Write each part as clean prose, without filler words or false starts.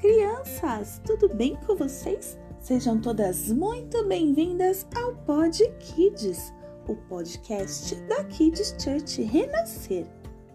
Crianças, tudo bem com vocês? Sejam todas muito bem-vindas ao Pod Kids, o podcast da Kids Church Renascer.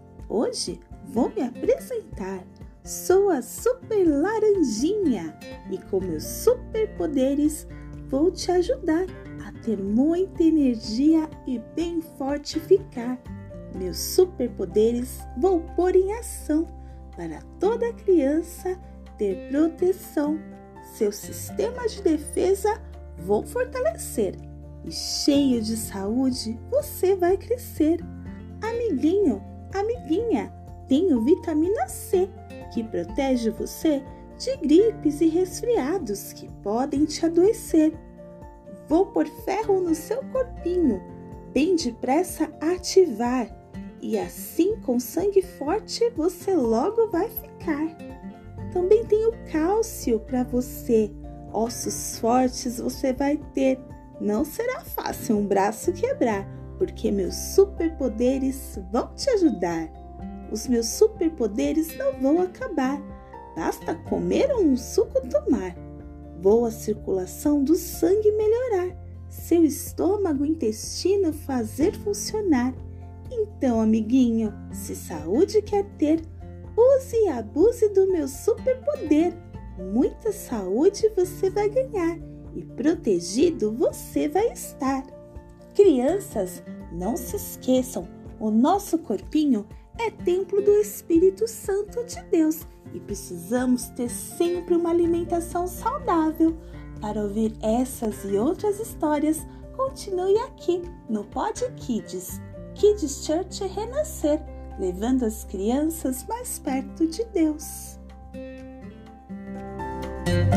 Hoje vou me apresentar. Sou a Super Laranjinha e com meus superpoderes vou te ajudar a ter muita energia e bem forte ficar. Meus superpoderes vou pôr em ação para toda criança ter proteção. Seu sistema de defesa vou fortalecer e cheio de saúde você vai crescer. Amiguinho, amiguinha, tenho vitamina C que protege você de gripes e resfriados que podem te adoecer. Vou pôr ferro no seu corpinho, bem depressa ativar, e assim com sangue forte você logo vai ficar. Também tenho cálcio para você, ossos fortes você vai ter. Não será fácil um braço quebrar, porque meus superpoderes vão te ajudar. Os meus superpoderes não vão acabar, basta comer ou um suco tomar. Vou a circulação do sangue melhorar, seu estômago e intestino fazer funcionar. Então, amiguinho, se saúde quer ter, use e abuse do meu superpoder. Muita saúde você vai ganhar e protegido você vai estar. Crianças, não se esqueçam, o nosso corpinho é templo do Espírito Santo de Deus e precisamos ter sempre uma alimentação saudável. Para ouvir essas e outras histórias, continue aqui no Pod Kids, Kids Church Renascer, levando as crianças mais perto de Deus.